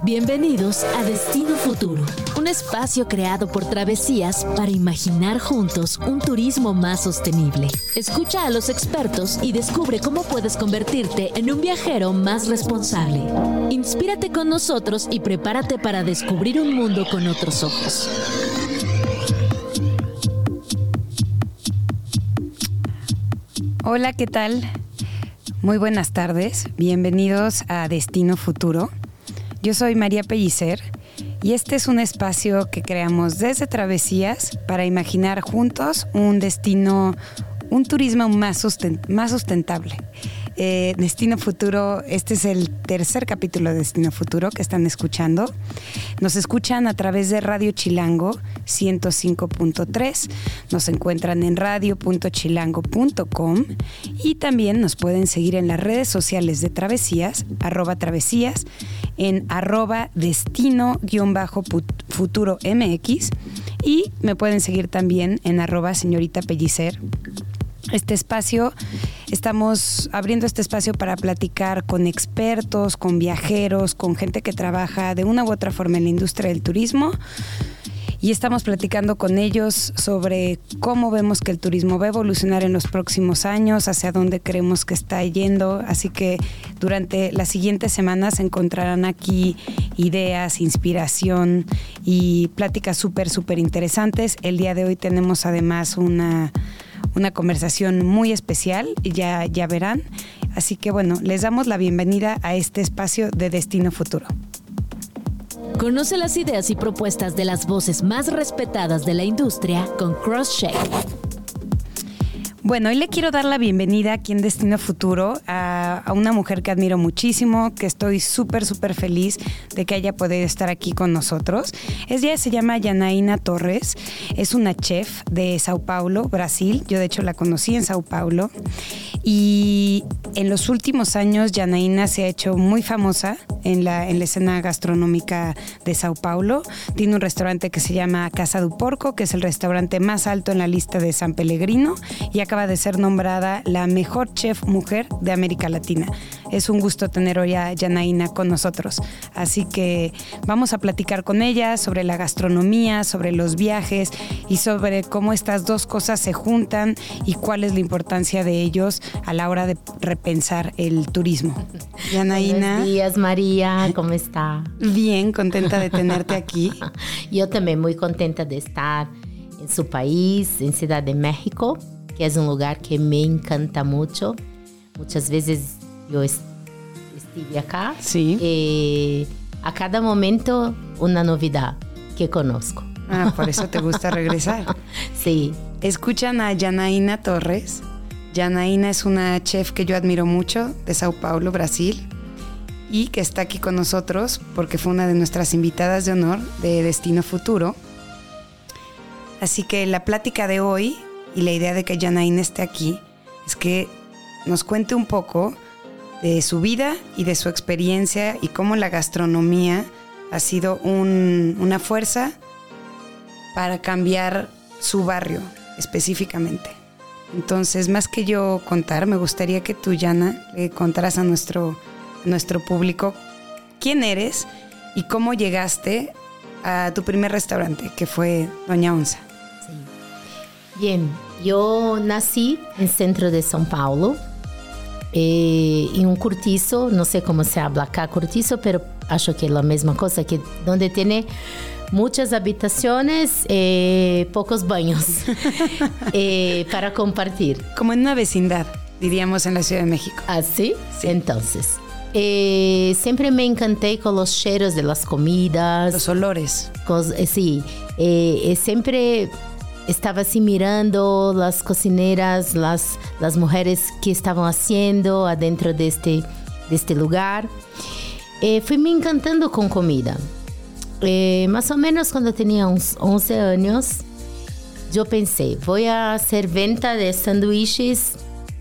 Bienvenidos a Destino Futuro, un espacio creado por Travesías para imaginar juntos un turismo más sostenible. Escucha a los expertos y descubre cómo puedes convertirte en un viajero más responsable. Inspírate con nosotros y prepárate para descubrir un mundo con otros ojos. Hola, ¿qué tal? Muy buenas tardes. Bienvenidos a Destino Futuro. Yo soy María Pellicer y este es un espacio que creamos desde Travesías para imaginar juntos un destino, un turismo más sustentable. Destino Futuro, este es el tercer capítulo de Destino Futuro que están escuchando. Nos escuchan a través de Radio Chilango 105.3, nos encuentran en radio.chilango.com y también nos pueden seguir en las redes sociales de Travesías, @Travesías, en @destino_futuro MX y me pueden seguir también en @señorita Pellicer. Estamos abriendo este espacio para platicar con expertos, con viajeros, con gente que trabaja de una u otra forma en la industria del turismo. Y estamos platicando con ellos sobre cómo vemos que el turismo va a evolucionar en los próximos años, hacia dónde creemos que está yendo. Así que durante las siguientes semanas encontrarán aquí ideas, inspiración y pláticas súper interesantes. El día de hoy tenemos además una conversación muy especial, ya verán. Así que bueno, les damos la bienvenida a este espacio de Destino Futuro. Conoce las ideas y propuestas de las voces más respetadas de la industria con Crosscheck. Bueno, hoy le quiero dar la bienvenida aquí en Destino Futuro a una mujer que admiro muchísimo, que estoy súper feliz de que haya podido estar aquí con nosotros. Ella se llama Janaína Torres, es una chef de Sao Paulo, Brasil. Yo de hecho la conocí en Sao Paulo y en los últimos años Janaína se ha hecho muy famosa en la escena gastronómica de Sao Paulo. Tiene un restaurante que se llama Casa do Porco, que es el restaurante más alto en la lista de San Pellegrino y acaba de ser nombrada la mejor chef mujer de América Latina. Es un gusto tener hoy a Janaína con nosotros. Así que vamos a platicar con ella sobre la gastronomía, sobre los viajes y sobre cómo estas dos cosas se juntan y cuál es la importancia de ellos a la hora de repensar el turismo. Janaína. Buenos días, María. ¿Cómo está? Bien, contenta de tenerte aquí. Yo también muy contenta de estar en su país, en Ciudad de México, que es un lugar que me encanta mucho. Muchas veces yo estuve acá. Sí. A cada momento una novedad que conozco. Ah, por eso te gusta regresar. Sí. Escuchan a Janaína Torres. Janaína es una chef que yo admiro mucho de Sao Paulo, Brasil, y que está aquí con nosotros porque fue una de nuestras invitadas de honor de Destino Futuro. Así que la plática de hoy y la idea de que Janaína esté aquí es que nos cuente un poco de su vida y de su experiencia y cómo la gastronomía ha sido una fuerza para cambiar su barrio específicamente. Entonces, más que yo contar, me gustaría que tú, Jana, le contaras a nuestro público quién eres y cómo llegaste a tu primer restaurante, que fue Doña Onza. Sí. Bien, yo nací en el centro de São Paulo, en un cortizo, no sé cómo se habla acá cortizo, pero acho que es la misma cosa, que donde tiene muchas habitaciones, pocos baños para compartir. Como en una vecindad, diríamos en la Ciudad de México. ¿Ah, sí? Sí. Entonces, siempre me encanté con los cheros de las comidas. Los olores. Sí, siempre estaba así mirando las cocineras, las mujeres que estaban haciendo adentro de este lugar. Fui me encantando con comida. Más o menos cuando tenía uns 11 años, yo pensé, voy a hacer venta de sanduíches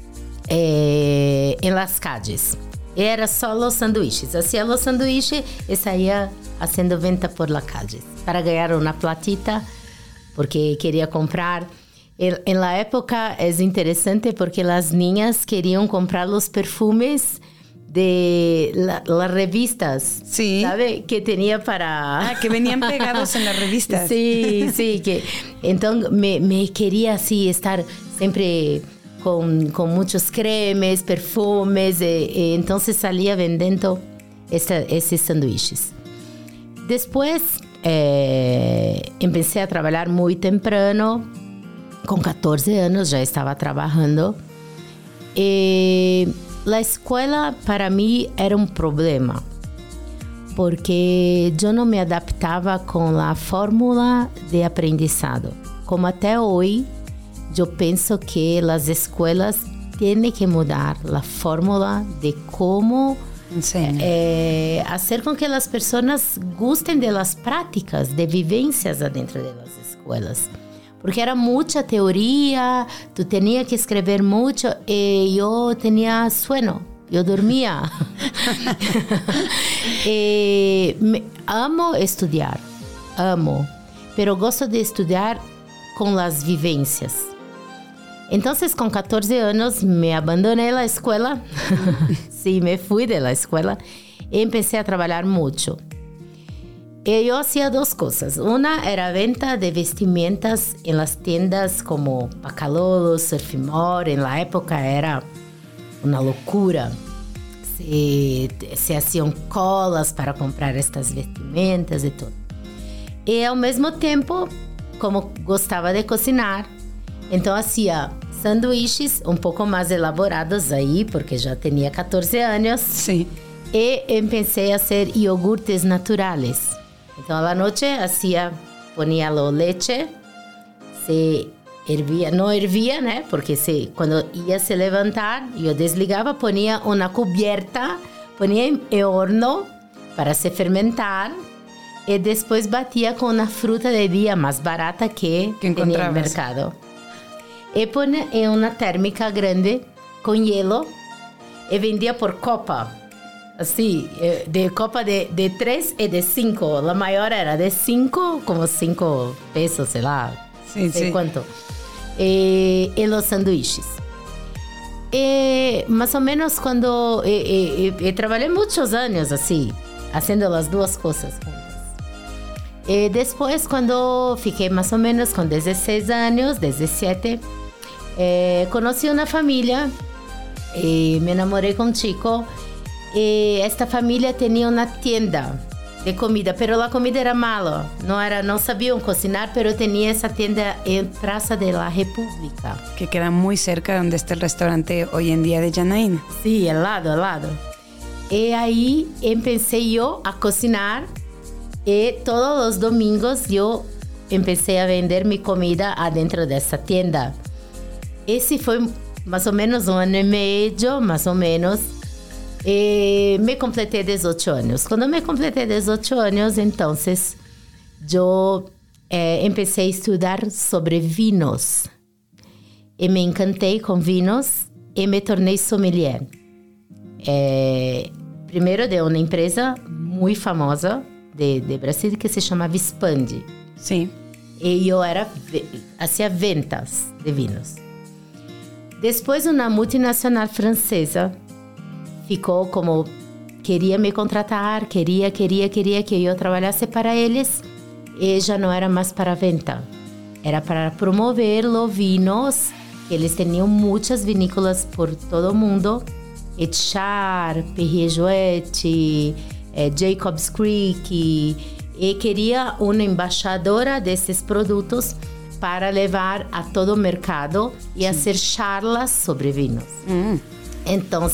en las calles. Era solo sanduíches. Hacía los sanduíches y salía haciendo venta por la calle para ganar una platita, porque quería comprar. En la época es interesante porque las niñas querían comprar los perfumes de las revistas, sí, ¿sabe? Que tenía para... que venían pegados en las revistas. Sí, que entonces me quería así estar siempre con muchos cremes, perfumes, entonces salía vendiendo esses sanduíches. Después empecé a trabajar muy temprano, con 14 años ya estaba trabajando. La escuela para mí era un problema, porque yo no me adaptaba con la fórmula de aprendizado. Como até hoy, yo pienso que las escuelas tienen que mudar la fórmula de cómo hacer con que las personas gusten de las prácticas, de vivencias adentro de las escuelas. Porque era mucha teoría, tú tenías que escribir mucho y yo tenía sueño, yo dormía. Amo estudiar, pero gosto de estudiar con las vivencias. Entonces, con 14 años, me abandoné la escuela. Sí, me fui de la escuela y empecé a trabajar mucho. Yo hacía dos cosas. Una era venta de vestimentas en las tiendas como Pacalolo, Surfimore. En la época era una locura. Se hacían colas para comprar estas vestimentas y todo. Y al mismo tiempo, como gostava de cocinar, entonces hacía sanduíches un poco más elaborados ahí, porque ya tenía 14 años. Sí. Y empecé a hacer iogurtes naturales. Entonces a la noche ponía la leche, se hervía, no hervía, ¿no? Porque cuando iba a se levantar, yo desligaba, ponía una cubierta, ponía en horno para se fermentar y después batía con una fruta de día más barata que tenía en el mercado. Y ponía en una térmica grande con hielo y vendía por copa. Así, de copa de 3 y de 5. La mayor era de 5, como 5 pesos, sei lá. Sí, sé cuánto. Y los sándwiches. Más o menos cuando... trabajé muchos años así, haciendo las dos cosas juntas. Después, cuando fiqué más o menos con 16 años, 17, conocí una familia y me enamoré con un chico. Esta familia tenía una tienda de comida, pero la comida era mala, no sabían cocinar, pero tenía esa tienda en Praça de la República. Que queda muy cerca de donde está el restaurante hoy en día de Janaína. Sí, al lado. Y ahí empecé yo a cocinar y todos los domingos yo empecé a vender mi comida adentro de esa tienda. Ese fue más o menos 1 año y medio, más o menos. Me completé 18 años. Cuando me completé 18 años, entonces yo empecé a estudiar sobre vinos. Y me encanté con vinos y me torné sommelier. Primero de una empresa muy famosa de Brasil que se llama Vispandi. Sí. Y yo hacía ventas de vinos. Después una multinacional francesa ficou como queria me contratar, queria que eu trabalhasse para eles, e já não era mais para venda. Era para promover os vinos. Eles tinham muitas vinícolas por todo o mundo. Etchar, Perrier-Jouët, Jacob's Creek. E queria uma embaixadora desses produtos para levar a todo o mercado e fazer charlas sobre vinos. Então,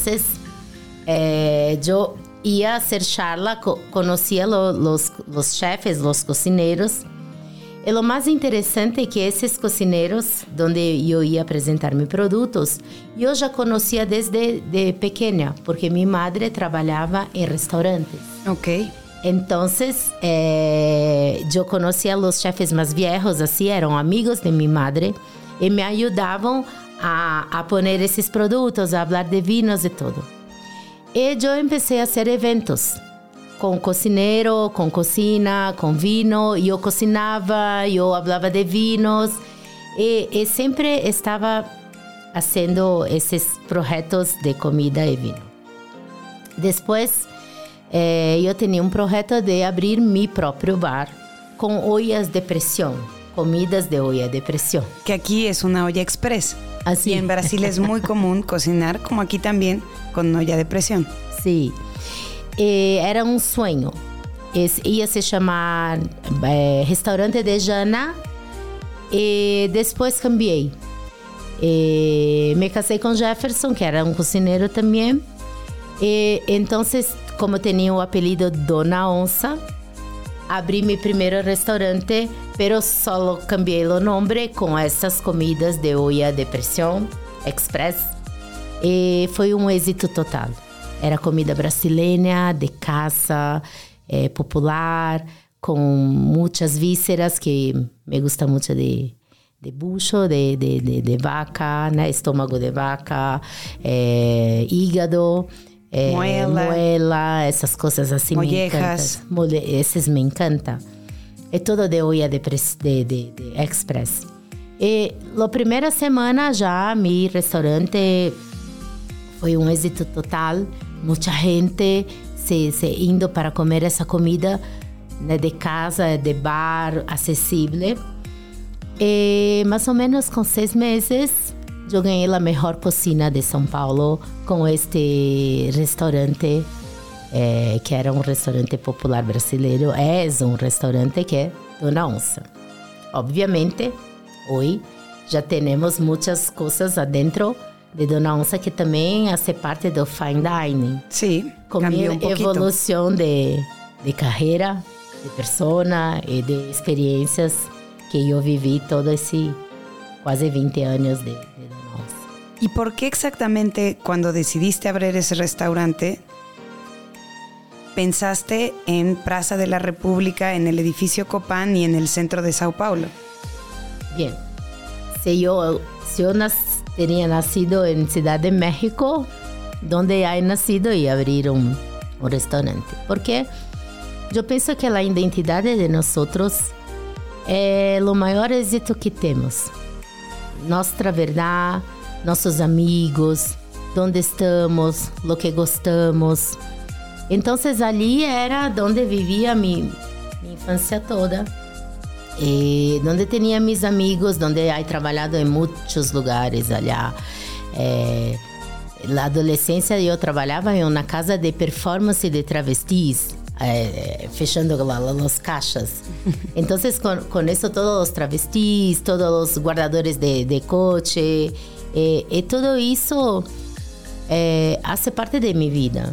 yo iba a hacer charla, conocía los chefes, los cocineros. Y lo más interesante es que esos cocineros, donde yo iba a presentar mis productos, yo ya conocía desde pequeña, porque mi madre trabajaba en restaurantes. Ok. Entonces, yo conocía a los chefes más viejos, así, eran amigos de mi madre, y me ayudaban a poner esos productos, a hablar de vinos y todo. Y yo empecé a hacer eventos con cocinero, con cocina, con vino. Yo cocinaba, yo hablaba de vinos y siempre estaba haciendo esos proyectos de comida y vino. Depois, eu tinha um projeto de abrir meu próprio bar com ollas de pressão, comidas de olla de presión. Que aquí es una olla express. Así. Y en Brasil es muy común cocinar, como aquí también, con olla de presión. Sí. Era um sonho. Ia se chamar Restaurante de Jana. E depois cambiei. Me casei com Jefferson, que era um cozinheiro também. Então, como tinha o apelido Dona Onça, abri meu primeiro restaurante, pero solo cambiei o nome com essas comidas de olla de pressão, express. E foi um êxito total. Era comida brasileira, de casa, popular, com muitas vísceras, que me gusta muito de bucho, de vaca, né? Estômago de vaca, hígado, moela, essas coisas assim. Mollejas. Me encantam. Esses me encantam. É tudo de olla de express. E a primeira semana já, meu restaurante foi um êxito total. Muita gente se indo para comer essa comida, né, de casa, de bar, acessível. E mais ou menos com 6 meses, eu ganhei a melhor cozinha de São Paulo com este restaurante, que era um restaurante popular brasileiro. É um restaurante que é Dona Onça. Obviamente, hoje já temos muitas coisas adentro de Dona Onça que também faz parte do fine dining. Sí, com minha evolução de carreira, de persona e de experiências que eu vivi todo esse quase 20 anos de Dona Onça. ¿Y por qué exactamente cuando decidiste abrir ese restaurante pensaste en Praça de la República, en el edificio Copan y en el centro de Sao Paulo? Bien, si yo tenía nacido en Ciudad de México, donde he nacido y abrir un restaurante. Porque yo pienso que la identidad de nosotros es lo mayor éxito que tenemos. Nuestra verdad, nuestros amigos, donde estamos, lo que gostamos. Entonces allí era donde vivía mi infancia toda. Donde tenía mis amigos, donde he trabajado en muchos lugares allá. La adolescencia yo trabajaba en una casa de performance de travestis, fechando las caixas. Entonces con eso todos los travestis, todos los guardadores de coche, y todo eso hace parte de mi vida.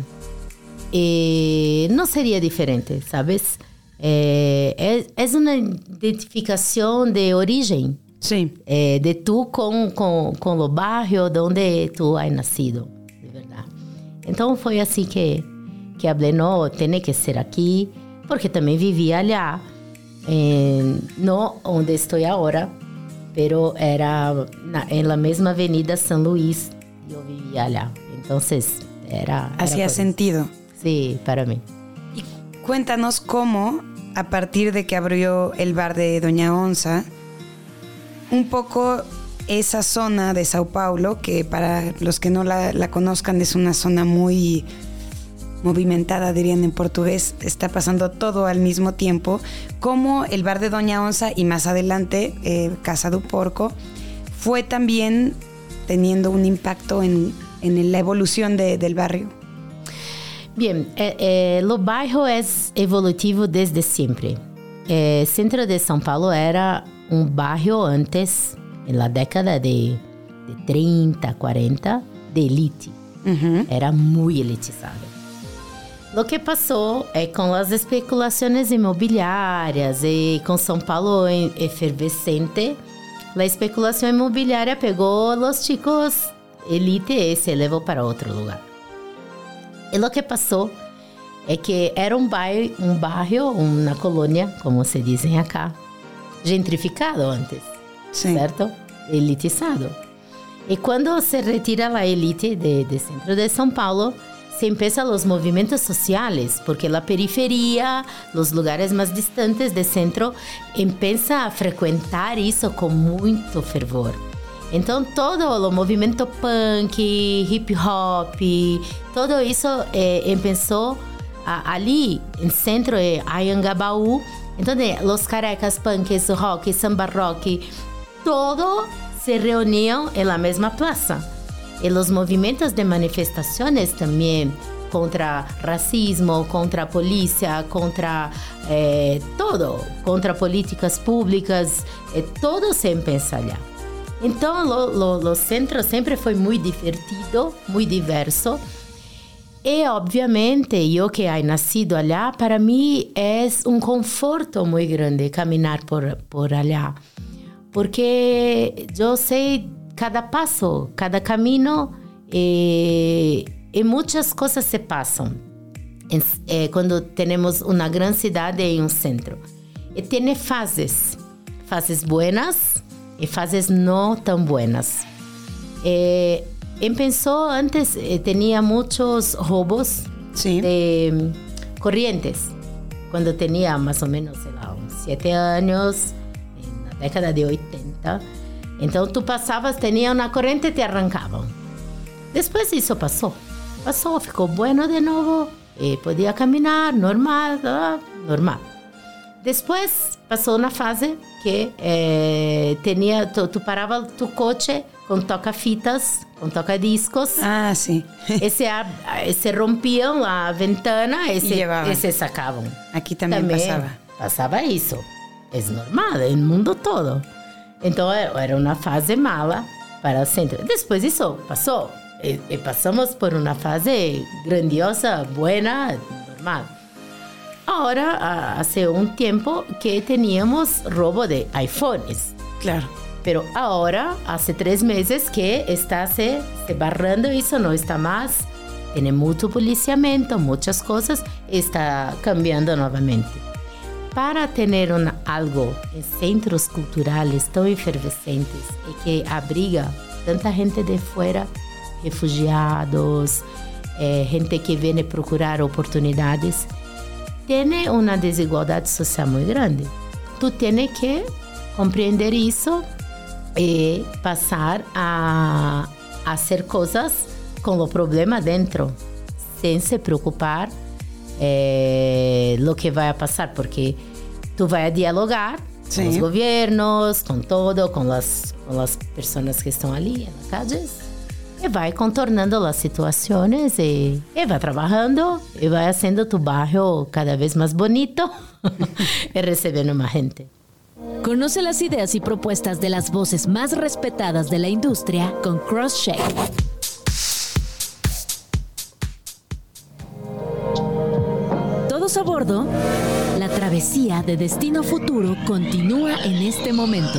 No sería diferente, ¿sabes? Es una identificación de origen. Sí. De tú con los barrios donde tú has nacido, de verdad. Entonces fue así que hablé, no, tiene que ser aquí, porque también vivía allá, no donde estoy ahora, pero era en la misma avenida San Luis, yo vivía allá. Entonces era Hacía sentido. Sí, para mí. Y cuéntanos cómo, a partir de que abrió el bar de Doña Onça, un poco esa zona de Sao Paulo, que para los que no la conozcan es una zona muy movimentada, dirían en portugués, está pasando todo al mismo tiempo, como el bar de Doña Onça y más adelante Casa do Porco fue también teniendo un impacto en la evolución del barrio. Bien, o bairro es evolutivo desde siempre. Centro de São Paulo era un barrio antes, en la década de 30, 40, de elite. Uh-huh. Era muy elitizado. Lo que pasó con las especulaciones inmobiliarias y con São Paulo efervescente, la especulación inmobiliaria pegó a los chicos elite y se llevó para otro lugar. E o que passou é que era um bairro, uma colônia, como se dizem acá, gentrificado antes, Sim. certo? Elitizado. E quando se retira a elite de centro de São Paulo, se empiezan os movimentos sociais, porque a periferia, os lugares mais distantes do centro, empieza a frequentar isso com muito fervor. Então, todo o movimento punk, hip hop, todo isso começou ali, no centro de Anhangabaú. Então, os carecas, punks, rock, samba rock, todo se reuniam na mesma praça. E os movimentos de manifestações também, contra racismo, contra a polícia, contra todo, contra políticas públicas, todo se pensa lá. Então, o centro sempre foi muito divertido, muito diverso. E, obviamente, eu que he nascido allá, para mim é conforto muito grande caminhar por allá. Porque eu sei cada passo, cada caminho e muitas coisas se passam quando temos uma grande cidade e centro. E tem fases buenas e fases não tão buenas. Pensou antes, tinha muitos roubos de corrientes. Quando tinha mais ou menos, sei lá, uns 7 anos, na década de 80. Então, tu passavas, tinha uma corrente e te arrancavam. Depois isso passou, ficou bueno de novo, e podia caminhar, normal. Depois passou uma fase que tu parava tu coche com toca-fitas, com toca-discos. Ah, sim. Se rompiam a ventana e se sacavam. Aqui também passava. Passava isso. É normal, no mundo todo. Então, era uma fase mala para o centro. Depois isso passou. E passamos por uma fase grandiosa, buena, normal. Agora, há tempo que teníamos roubo de iPhones. Claro. Pero agora, há 3 meses que está se barrando isso, não está mais. Tem muito policiamento, muitas coisas, está cambiando novamente. Para ter algo em centros culturais tão efervescentes e que abriga tanta gente de fora, refugiados, gente que vem procurar oportunidades, tem uma desigualdade social muito grande. Tu tens que compreender isso e passar a fazer coisas com o problema dentro, sem se preocupar lo que vai passar, porque tu vai dialogar com os governos, com todo, com as pessoas que estão ali nas calles, e vai contornando as situações e vai trabalhando e vai fazendo tu bairro cada vez mais bonito e recebendo mais gente. Conoce las ideas y propuestas de las voces más respetadas de la industria con Crosscheck. Todos a bordo, la travesía de Destino Futuro continúa en este momento.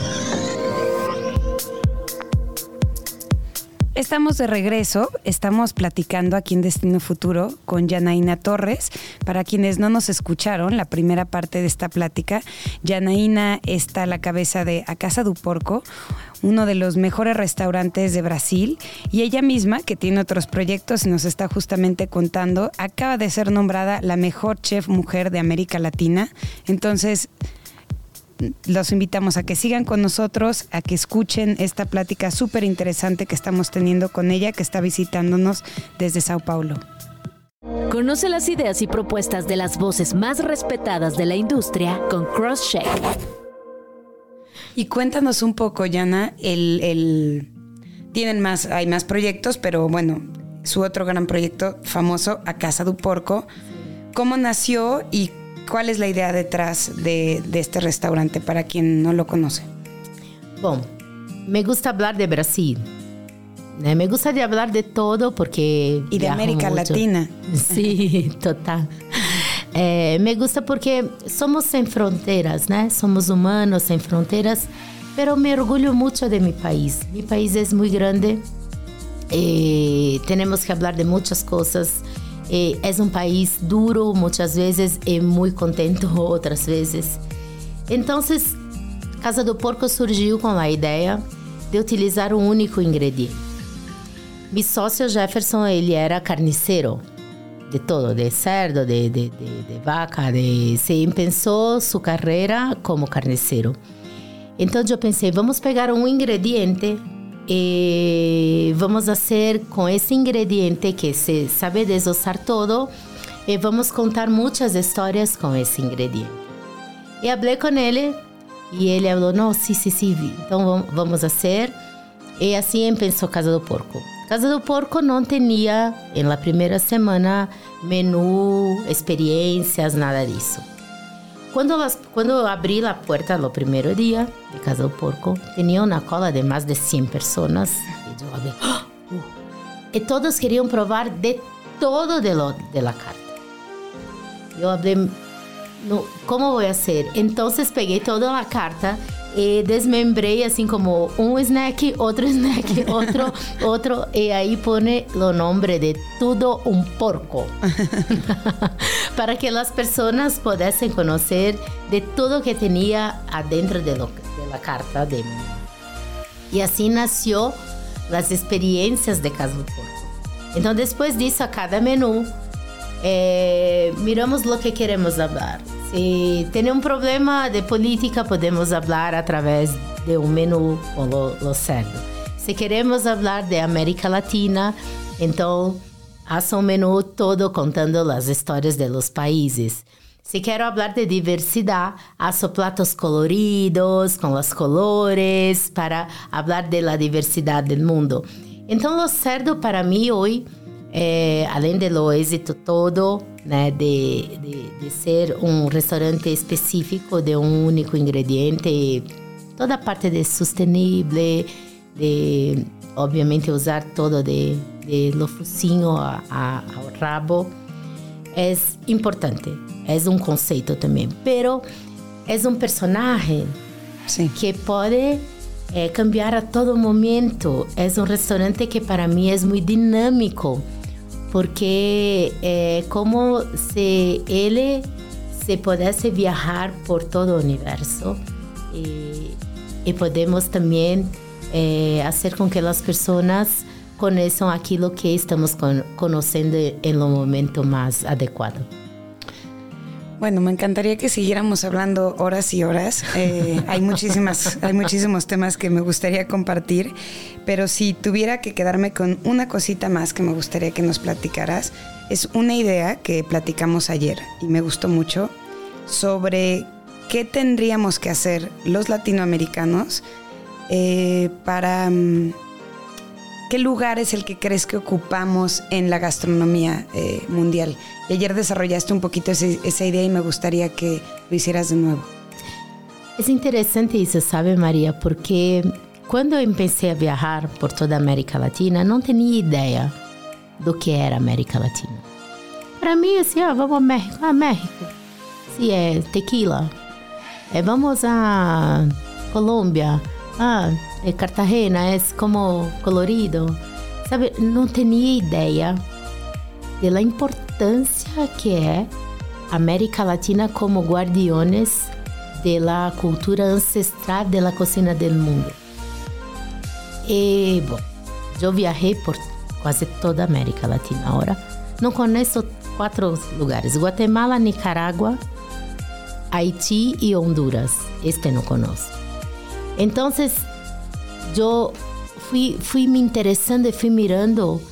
Estamos de regreso, estamos platicando aquí en Destino Futuro con Janaína Torres. Para quienes no nos escucharon, la primera parte de esta plática, Janaína está a la cabeza de A Casa do Porco, uno de los mejores restaurantes de Brasil, y ella misma, que tiene otros proyectos y nos está justamente contando, acaba de ser nombrada la mejor chef mujer de América Latina. Entonces, los invitamos a que sigan con nosotros, a que escuchen esta plática súper interesante que estamos teniendo con ella, que está visitándonos desde Sao Paulo. Conoce las ideas y propuestas de las voces más respetadas de la industria con Crosscheck. Y cuéntanos un poco, Yana, hay más proyectos, pero bueno, su otro gran proyecto famoso, A Casa do Porco. ¿Cómo nació y cuál es la idea detrás de este restaurante para quien no lo conoce? Bom, me gusta hablar de Brasil. Me gusta de hablar de todo porque... Y de América Latina. Sí, total. Me gusta porque somos sem fronteras, né? Somos humanos sem fronteras, pero me orgulho mucho de mi país. Mi país es muy grande y tenemos que hablar de muchas cosas. Es un país duro muchas veces y muy contento otras veces. Entonces, Casa do Porco surgiu com a ideia de utilizar um único ingrediente. Mi sócio Jefferson, ele era carniceiro de todo, de cerdo, de vaca, se pensou sua carreira como carniceiro. Então eu pensei, vamos pegar um ingrediente vamos fazer com esse ingrediente que se sabe desossar todo, e vamos contar muitas histórias com esse ingrediente. E falei com ele, e ele falou, não, sim, então vamos fazer. E assim começou Casa do Porco. Casa do Porco não tinha, na primeira semana, menu, experiências, nada disso. Quando abri a porta no primeiro dia de Casa do Porco, tinha uma cola de mais de 100 pessoas. E eu falei, e todos queriam provar de todo de la carta. Eu falei, no, como vou fazer? Então, peguei toda a carta e desmembrei assim como um snack, outro, e aí põe o nome de tudo um porco. Para que as pessoas pudessem conhecer de tudo que tinha adentro de la carta. E assim nasceu as experiências de Casa do Porco. Então, depois disso, a cada menu, miramos o que queremos falar. Se tem problema de política, podemos falar através de menu com o cerdo. Se queremos falar de América Latina, então, faça menu todo contando as histórias de los países. Se quero falar de diversidade, faço pratos coloridos, com os colores, para falar de la diversidade do mundo. Então, o cerdo, para mim, hoje, além do êxito todo, né, de ser um restaurante específico de um único ingrediente, toda a parte de sustentável, de obviamente usar todo de lo focinho ao rabo, é importante, é um conceito também, pero é um personagem que pode cambiar a todo momento. É um restaurante que para mim é muito dinâmico, porque é como se ele se pudesse viajar por todo o universo e podemos também fazer com que as pessoas conheçam aquilo que estamos conhecendo en el momento más adecuado. Bueno, me encantaría que siguiéramos hablando horas y horas. Hay muchísimos temas que me gustaría compartir, pero si tuviera que quedarme con una cosita más que me gustaría que nos platicaras, es una idea que platicamos ayer y me gustó mucho sobre qué tendríamos que hacer los latinoamericanos para... ¿Qué lugar es el que crees que ocupamos en la gastronomía mundial? Y ayer desarrollaste un poquito esa idea y me gustaría que lo hicieras de nuevo. Es interesante eso, ¿sabe, María? Porque cuando empecé a viajar por toda América Latina, no tenía idea do que era América Latina. Para mí, assim, vamos a México. Ah, México. Sí, é tequila. Vamos a Colômbia. Cartagena é como colorido. Sabe, não tinha ideia da importância que é América Latina como guardiões da cultura ancestral da cocina do mundo. E, bom, eu viajei por quase toda a América Latina. Agora, não conheço 4 lugares: Guatemala, Nicarágua, Haití e Honduras. Este não conheço. Então, eu fui me interessando e fui mirando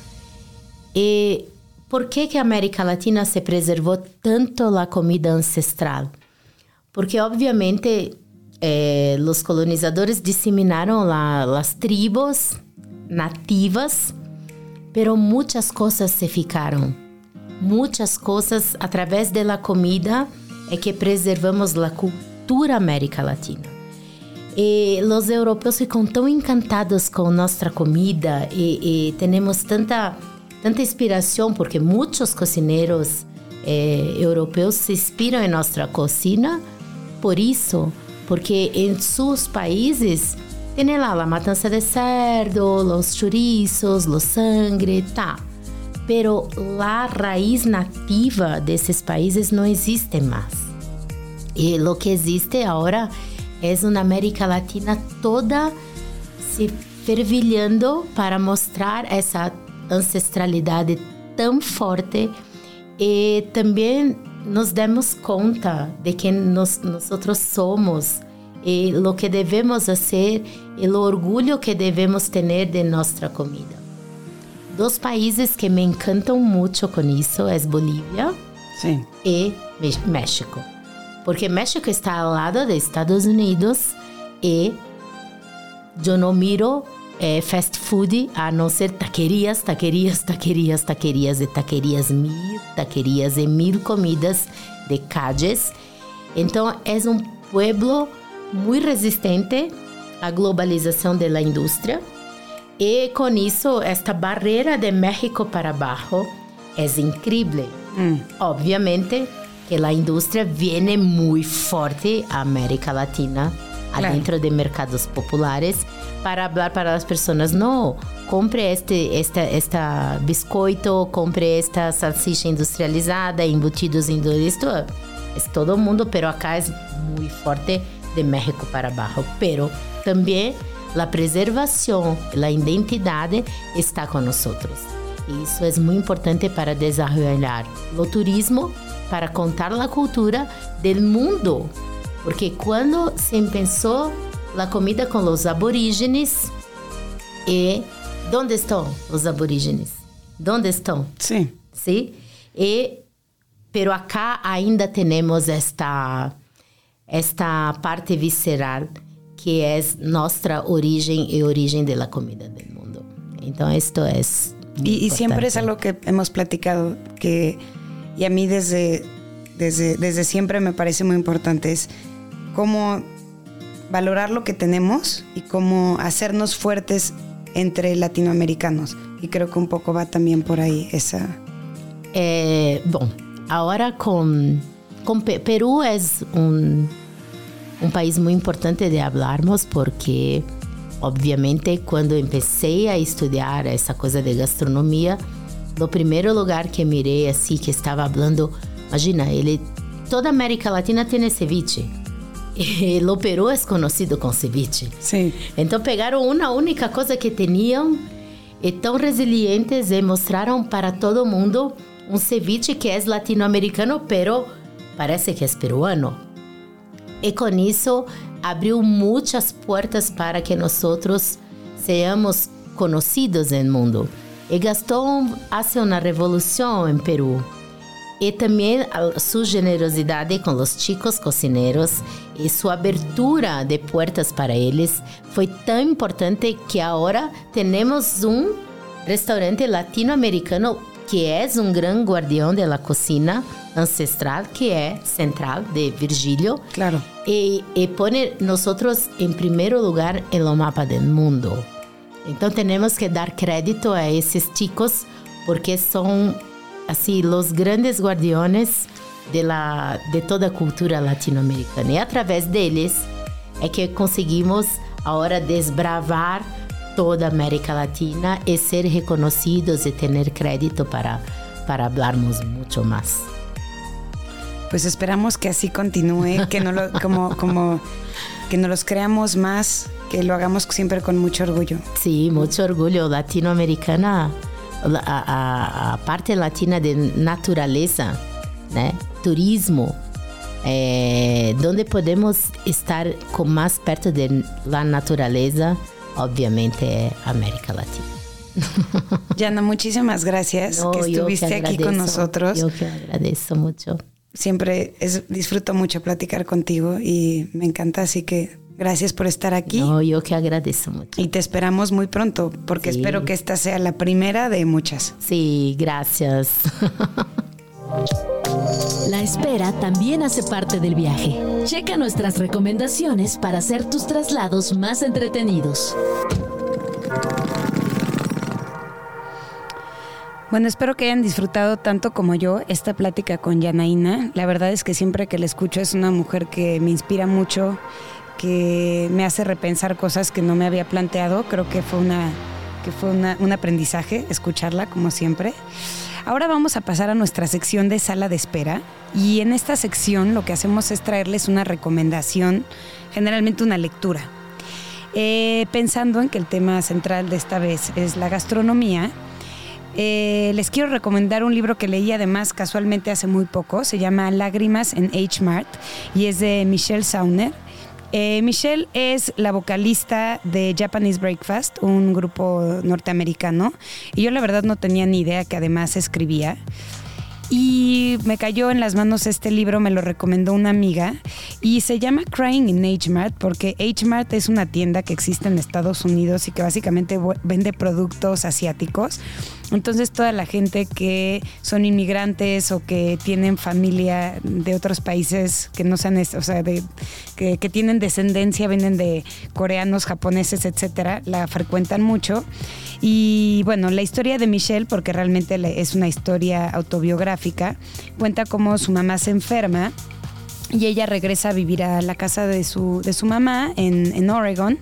por que a América Latina se preservou tanto a comida ancestral. Porque, obviamente, os colonizadores disseminaram as tribos nativas, pero muitas coisas se ficaram. Muitas coisas, através da comida, é que preservamos a cultura América Latina. E os europeus ficam tão encantados com nossa comida e temos tanta inspiração, porque muitos cozinheiros europeus se inspiram em nossa cocina por isso, porque em seus países tem lá a matança de cerdo, os chouriços, o sangre, tá. Pero a raiz nativa desses países não existe mais. E o que existe agora é uma América Latina toda se fervilhando para mostrar essa ancestralidade tão forte, e também nos demos conta de que nós somos lo que debemos hacer, el orgullo que debemos tener de nuestra comida. 2 países que me encantan mucho con eso es Bolivia y México. Porque México está al lado de Estados Unidos y yo no miro fast food a no ser taquerías y mil comidas de calles. Entonces es un pueblo muy resistente à globalização da indústria. E com isso, esta barreira de México para abaixo é incrível. Obviamente que a indústria vem muito forte à América Latina, adentro de mercados populares, para falar para as pessoas, não, compre esta biscoito, compre esta salsicha industrializada, embutidos em isto, é todo mundo, pero acá é muito forte de México para abaixo. Pero também a preservação, a identidade está com nós. E isso é muito importante para desenvolver o turismo, para contar a cultura do mundo. Porque quando se pensou a comida com os aborígenes, e onde estão os aborígenes? Onde estão? Sim. Sim? Pero acá ainda temos esta parte visceral que é nossa origem e origem da comida do mundo. Então, isto é y siempre es algo que hemos platicado, y a mí desde siempre me parece muy importante, es cómo valorar lo que tenemos y cómo hacernos fuertes entre latinoamericanos. Y creo que un poco va también por ahí esa... Bom, agora com Peru é um país muito importante de falarmos, porque obviamente quando comecei a estudar essa coisa de gastronomia, no primeiro lugar que mirei assim, que estava falando, imagina, toda a América Latina tem ceviche. E o Peru é conhecido com ceviche. Sim. Então pegaram uma única coisa que tinham e tão resilientes e mostraram para todo mundo um ceviche que é latino-americano, pero parece que é peruano. E com isso abriu muitas portas para que nós sejamos conhecidos no mundo. E Gastón faz uma revolução em Peru. E também sua generosidade com os chicos cozinheiros e sua abertura de portas para eles foi tão importante que agora temos um restaurante latino-americano que é um grande guardião da cozinha ancestral, que é Central de Virgílio. Claro. E põe nós em primeiro lugar no mapa do mundo. Então temos que dar crédito a esses chicos, porque são assim os grandes guardiões de toda a cultura latino-americana. E através deles é que conseguimos agora desbravar toda a América Latina e ser reconhecidos e ter crédito para hablarmos muito mais. Pues esperamos que así continúe, que no que nos los creamos más, que lo hagamos siempre con mucho orgullo. Sí, mucho orgullo. Latinoamericana, a parte latina de naturaleza, né? Turismo, donde podemos estar más perto de la naturaleza, obviamente América Latina. Yana, muchísimas gracias que estuviste aquí con nosotros. Yo que agradezco mucho. Siempre disfruto mucho platicar contigo y me encanta, así que gracias por estar aquí. No, yo que agradezco mucho. Y te esperamos muy pronto, porque espero que esta sea la primera de muchas. Sí, gracias. La espera también hace parte del viaje. Checa nuestras recomendaciones para hacer tus traslados más entretenidos. Bueno, espero que hayan disfrutado tanto como yo esta plática con Yanaína. La verdad es que siempre que la escucho es una mujer que me inspira mucho, que me hace repensar cosas que no me había planteado. Creo que fue un aprendizaje escucharla, como siempre. Ahora vamos a pasar a nuestra sección de sala de espera, y en esta sección lo que hacemos es traerles una recomendación, generalmente una lectura. Pensando en que el tema central de esta vez es la gastronomía, les quiero recomendar un libro que leí además casualmente hace muy poco. Se llama Lágrimas en H Mart y es de Michelle Sauner. Michelle es la vocalista de Japanese Breakfast, un grupo norteamericano, y yo la verdad no tenía ni idea que además escribía. Y me cayó en las manos este libro, me lo recomendó una amiga, y se llama Crying in H Mart, porque H Mart es una tienda que existe en Estados Unidos y que básicamente vende productos asiáticos. Entonces toda la gente que son inmigrantes o que tienen familia de otros países que no sean, o sea, que tienen descendencia, vienen de coreanos, japoneses, etcétera, la frecuentan mucho. Y bueno, la historia de Michelle, porque realmente es una historia autobiográfica, cuenta cómo su mamá se enferma y ella regresa a vivir a la casa de su mamá en Oregon,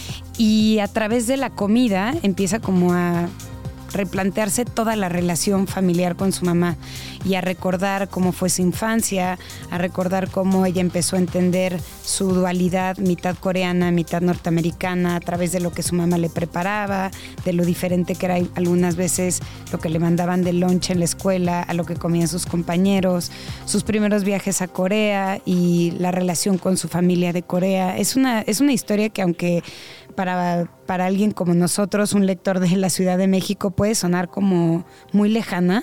y a través de la comida empieza como a replantearse toda la relación familiar con su mamá y a recordar cómo fue su infancia, a recordar cómo ella empezó a entender su dualidad, mitad coreana, mitad norteamericana, a través de lo que su mamá le preparaba, de lo diferente que era algunas veces lo que le mandaban de lunch en la escuela, a lo que comían sus compañeros, sus primeros viajes a Corea y la relación con su familia de Corea. Es una historia que, aunque para alguien como nosotros, un lector de la Ciudad de México, puede sonar como muy lejana,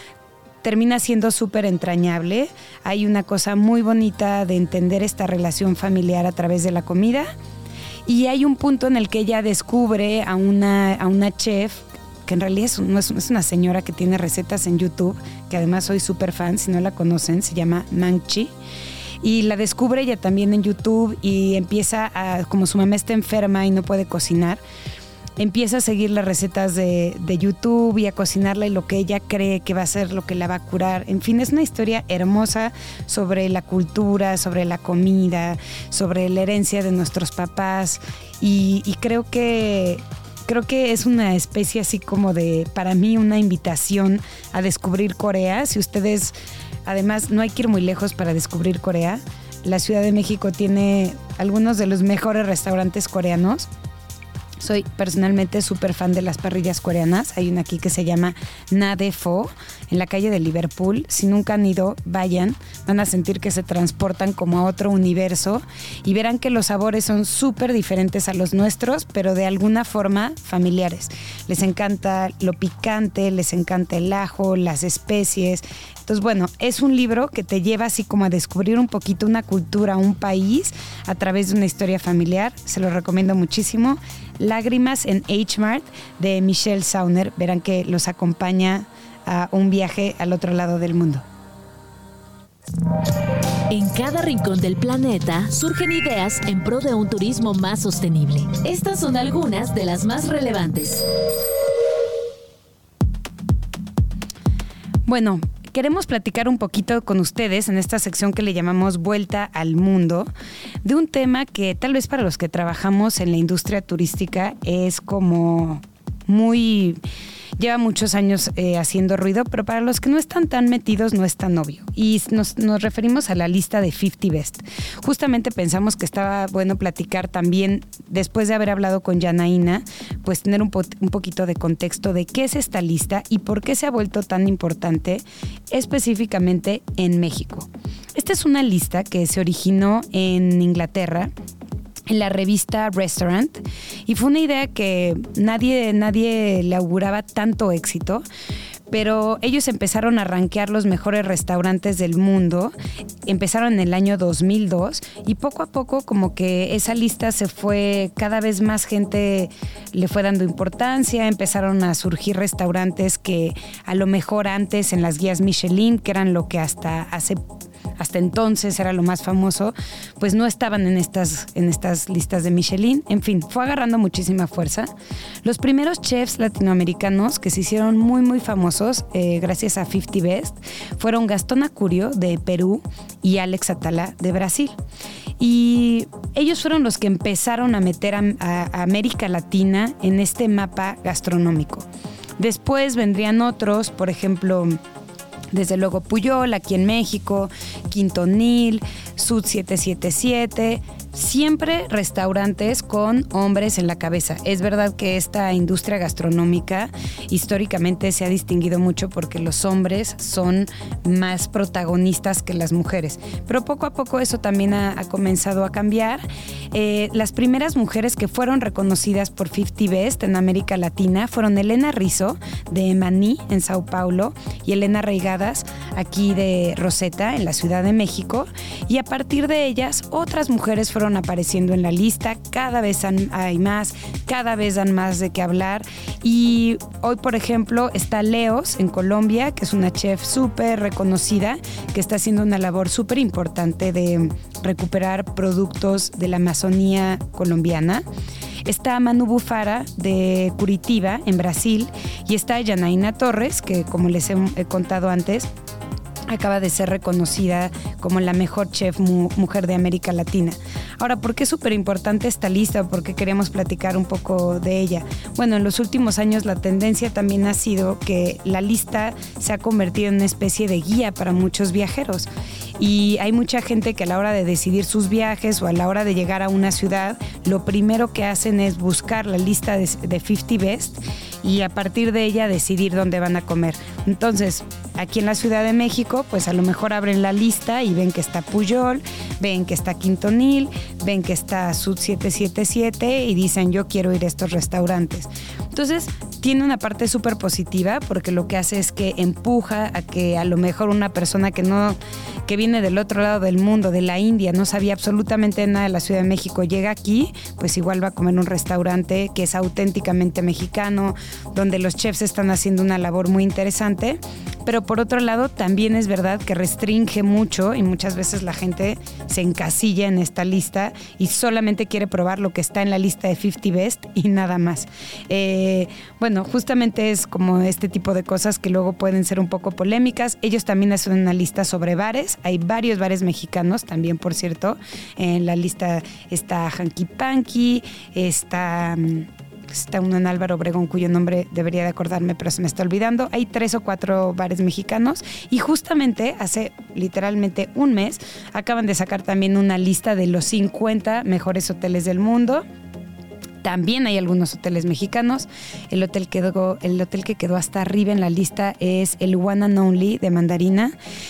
termina siendo súper entrañable. Hay una cosa muy bonita de entender esta relación familiar a través de la comida, y hay un punto en el que ella descubre a una chef que en realidad es una señora que tiene recetas en YouTube, que además soy súper fan, si no la conocen, se llama Mangchi. Y la descubre ella también en YouTube y empieza como su mamá está enferma y no puede cocinar, empieza a seguir las recetas de YouTube y a cocinarla y lo que ella cree que va a ser lo que la va a curar. En fin, es una historia hermosa sobre la cultura, sobre la comida, sobre la herencia de nuestros papás, y creo que es una especie así como de, para mí, una invitación a descubrir Corea. Si ustedes... Además, no hay que ir muy lejos para descubrir Corea. La Ciudad de México tiene algunos de los mejores restaurantes coreanos. Soy personalmente súper fan de las parrillas coreanas. Hay una aquí que se llama Na De Pho, en la calle de Liverpool. Si nunca han ido, vayan. Van a sentir que se transportan como a otro universo y verán que los sabores son súper diferentes a los nuestros, pero de alguna forma familiares. Les encanta lo picante, les encanta el ajo, las especies. Entonces, bueno, es un libro que te lleva así como a descubrir un poquito una cultura, un país, a través de una historia familiar. Se lo recomiendo muchísimo. Lágrimas en H Mart, de Michelle Sauner. Verán que los acompaña a un viaje al otro lado del mundo. En cada rincón del planeta surgen ideas en pro de un turismo más sostenible. Estas son algunas de las más relevantes. Bueno, queremos platicar un poquito con ustedes en esta sección que le llamamos Vuelta al Mundo, de un tema que tal vez para los que trabajamos en la industria turística es como muy... lleva muchos años haciendo ruido, pero para los que no están tan metidos no es tan obvio. Y nos referimos a la lista de 50 Best. Justamente pensamos que estaba bueno platicar también, después de haber hablado con Yanaína, pues tener un poquito de contexto de qué es esta lista y por qué se ha vuelto tan importante específicamente en México. Esta es una lista que se originó en Inglaterra, en la revista Restaurant, y fue una idea que nadie le auguraba tanto éxito, pero ellos empezaron a rankear los mejores restaurantes del mundo. Empezaron en el año 2002 y poco a poco como que esa lista se fue, cada vez más gente le fue dando importancia, empezaron a surgir restaurantes que a lo mejor antes en las guías Michelin, que eran lo que hasta entonces era lo más famoso, pues no estaban en estas listas de Michelin. En fin, fue agarrando muchísima fuerza. Los primeros chefs latinoamericanos que se hicieron muy, muy famosos gracias a 50 Best fueron Gastón Acurio, de Perú, y Alex Atala, de Brasil. Y ellos fueron los que empezaron a meter a América Latina en este mapa gastronómico. Después vendrían otros, por ejemplo, desde luego Puyol, aquí en México, Quintonil, Sud 777, siempre restaurantes con hombres en la cabeza. Es verdad que esta industria gastronómica históricamente se ha distinguido mucho porque los hombres son más protagonistas que las mujeres, pero poco a poco eso también ha comenzado a cambiar. Las primeras mujeres que fueron reconocidas por 50 Best en América Latina fueron Elena Rizzo de Maní en Sao Paulo y Elena Reigadas aquí de Rosetta en la Ciudad de México, y a partir de ellas otras mujeres fueron apareciendo en la lista. Cada vez hay más, cada vez dan más de qué hablar, y hoy por ejemplo está Leos en Colombia, que es una chef súper reconocida que está haciendo una labor súper importante de recuperar productos de la Amazonía colombiana. Está Manu Bufara de Curitiba en Brasil, y está Janaína Torres, que como les he contado antes, acaba de ser reconocida como la mejor chef mujer de América Latina. Ahora, ¿por qué es súper importante esta lista? ¿Por qué queremos platicar un poco de ella? Bueno, en los últimos años la tendencia también ha sido que la lista se ha convertido en una especie de guía para muchos viajeros. Y hay mucha gente que a la hora de decidir sus viajes o a la hora de llegar a una ciudad, lo primero que hacen es buscar la lista de 50 Best y a partir de ella decidir dónde van a comer. Entonces, aquí en la Ciudad de México, pues a lo mejor abren la lista y ven que está Pujol, ven que está Quintonil, ven que está Sud 777 y dicen, yo quiero ir a estos restaurantes. Entonces, tiene una parte súper positiva porque lo que hace es que empuja a que a lo mejor una persona que viene del otro lado del mundo, de la India, no sabía absolutamente nada de la Ciudad de México, llega aquí, pues igual va a comer en un restaurante que es auténticamente mexicano, donde los chefs están haciendo una labor muy interesante. Pero por otro lado, también es verdad que restringe mucho y muchas veces la gente se encasilla en esta lista y solamente quiere probar lo que está en la lista de 50 Best y nada más. Bueno, justamente es como este tipo de cosas que luego pueden ser un poco polémicas. Ellos también hacen una lista sobre bares. Hay varios bares mexicanos también, por cierto. En la lista está Hanky Panky, está uno en Álvaro Obregón cuyo nombre debería de acordarme, pero se me está olvidando. Hay 3 o 4 bares mexicanos y justamente hace literalmente un mes acaban de sacar también una lista de los 50 mejores hoteles del mundo. También hay algunos hoteles mexicanos. El hotel que quedó hasta arriba en la lista es el One and Only de Mandarina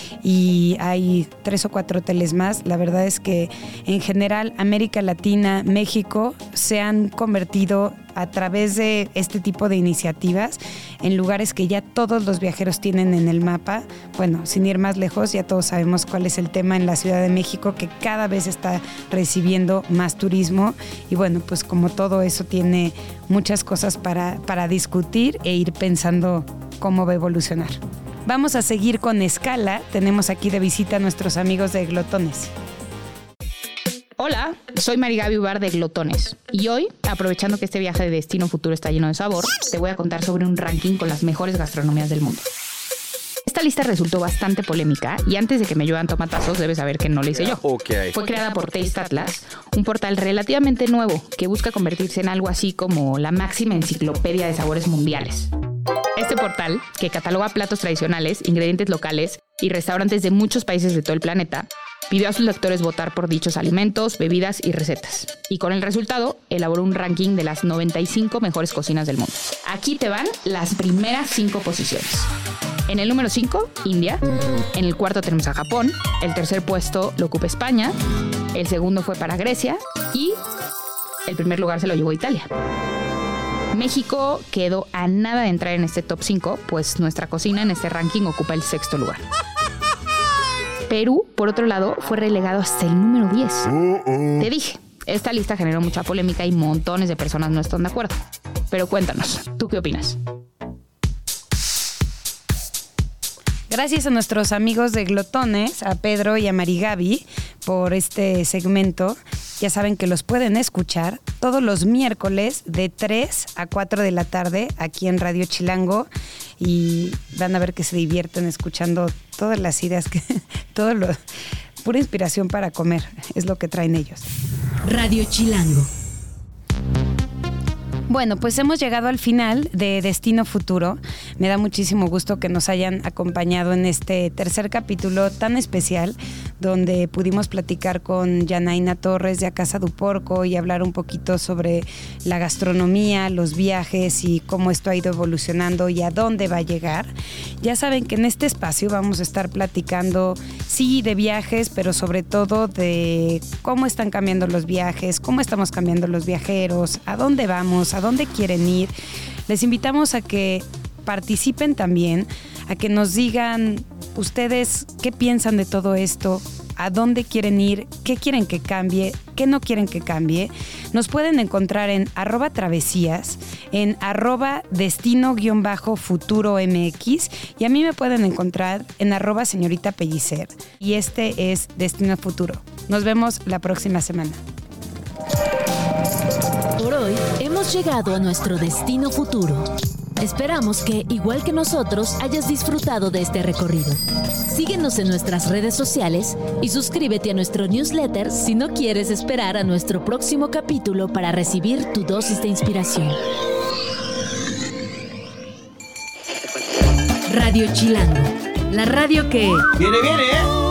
y hay 3 o 4 hoteles más. La verdad es que en general América Latina, México se han convertido a través de este tipo de iniciativas en lugares que ya todos los viajeros tienen en el mapa. Bueno, sin ir más lejos, ya todos sabemos cuál es el tema en la Ciudad de México, que cada vez está recibiendo más turismo y bueno, pues como todo eso tiene muchas cosas para discutir e ir pensando cómo va a evolucionar. Vamos a seguir con escala. Tenemos aquí de visita a nuestros amigos de Glotones. Hola, soy Marigaby Ubar de Glotones y hoy, aprovechando que este viaje de Destino Futuro está lleno de sabor, te voy a contar sobre un ranking con las mejores gastronomías del mundo. Esta lista resultó bastante polémica y antes de que me lluevan tomatazos debes saber que no la hice yo. Okay. Fue creada por Taste Atlas, un portal relativamente nuevo que busca convertirse en algo así como la máxima enciclopedia de sabores mundiales. Este portal, que cataloga platos tradicionales, ingredientes locales y restaurantes de muchos países de todo el planeta, pidió a sus lectores votar por dichos alimentos, bebidas y recetas. Y con el resultado, elaboró un ranking de las 95 mejores cocinas del mundo. Aquí te van las primeras 5 posiciones. En el número 5, India. En el cuarto tenemos a Japón. El tercer puesto lo ocupa España. El segundo fue para Grecia. Y el primer lugar se lo llevó Italia. México quedó a nada de entrar en este top 5, pues nuestra cocina en este ranking ocupa el 6º lugar. Perú, por otro lado, fue relegado hasta el número 10. Te dije, esta lista generó mucha polémica y montones de personas no están de acuerdo. Pero cuéntanos, ¿tú qué opinas? Gracias a nuestros amigos de Glotones, a Pedro y a Marigaby, por este segmento. Ya saben que los pueden escuchar todos los miércoles de 3 a 4 de la tarde aquí en Radio Chilango y van a ver que se divierten escuchando todas las ideas, pura inspiración para comer, es lo que traen ellos. Radio Chilango. Bueno, pues hemos llegado al final de Destino Futuro. Me da muchísimo gusto que nos hayan acompañado en este tercer capítulo tan especial, donde pudimos platicar con Yanaína Torres de A Casa do Porco y hablar un poquito sobre la gastronomía, los viajes y cómo esto ha ido evolucionando y a dónde va a llegar. Ya saben que en este espacio vamos a estar platicando, sí, de viajes, pero sobre todo de cómo están cambiando los viajes, cómo estamos cambiando los viajeros, a dónde vamos, a dónde quieren ir. Les invitamos a que participen también, a que nos digan ustedes qué piensan de todo esto, a dónde quieren ir, qué quieren que cambie, qué no quieren que cambie. Nos pueden encontrar en @travesías, en @destino_futuromx y a mí me pueden encontrar en @señorita Pellicer. Y este es Destino Futuro. Nos vemos la próxima semana. Por hoy hemos llegado a nuestro destino futuro. Esperamos que, igual que nosotros, hayas disfrutado de este recorrido. Síguenos en nuestras redes sociales y suscríbete a nuestro newsletter si no quieres esperar a nuestro próximo capítulo para recibir tu dosis de inspiración. Radio Chilango, la radio que... ¡Viene, viene!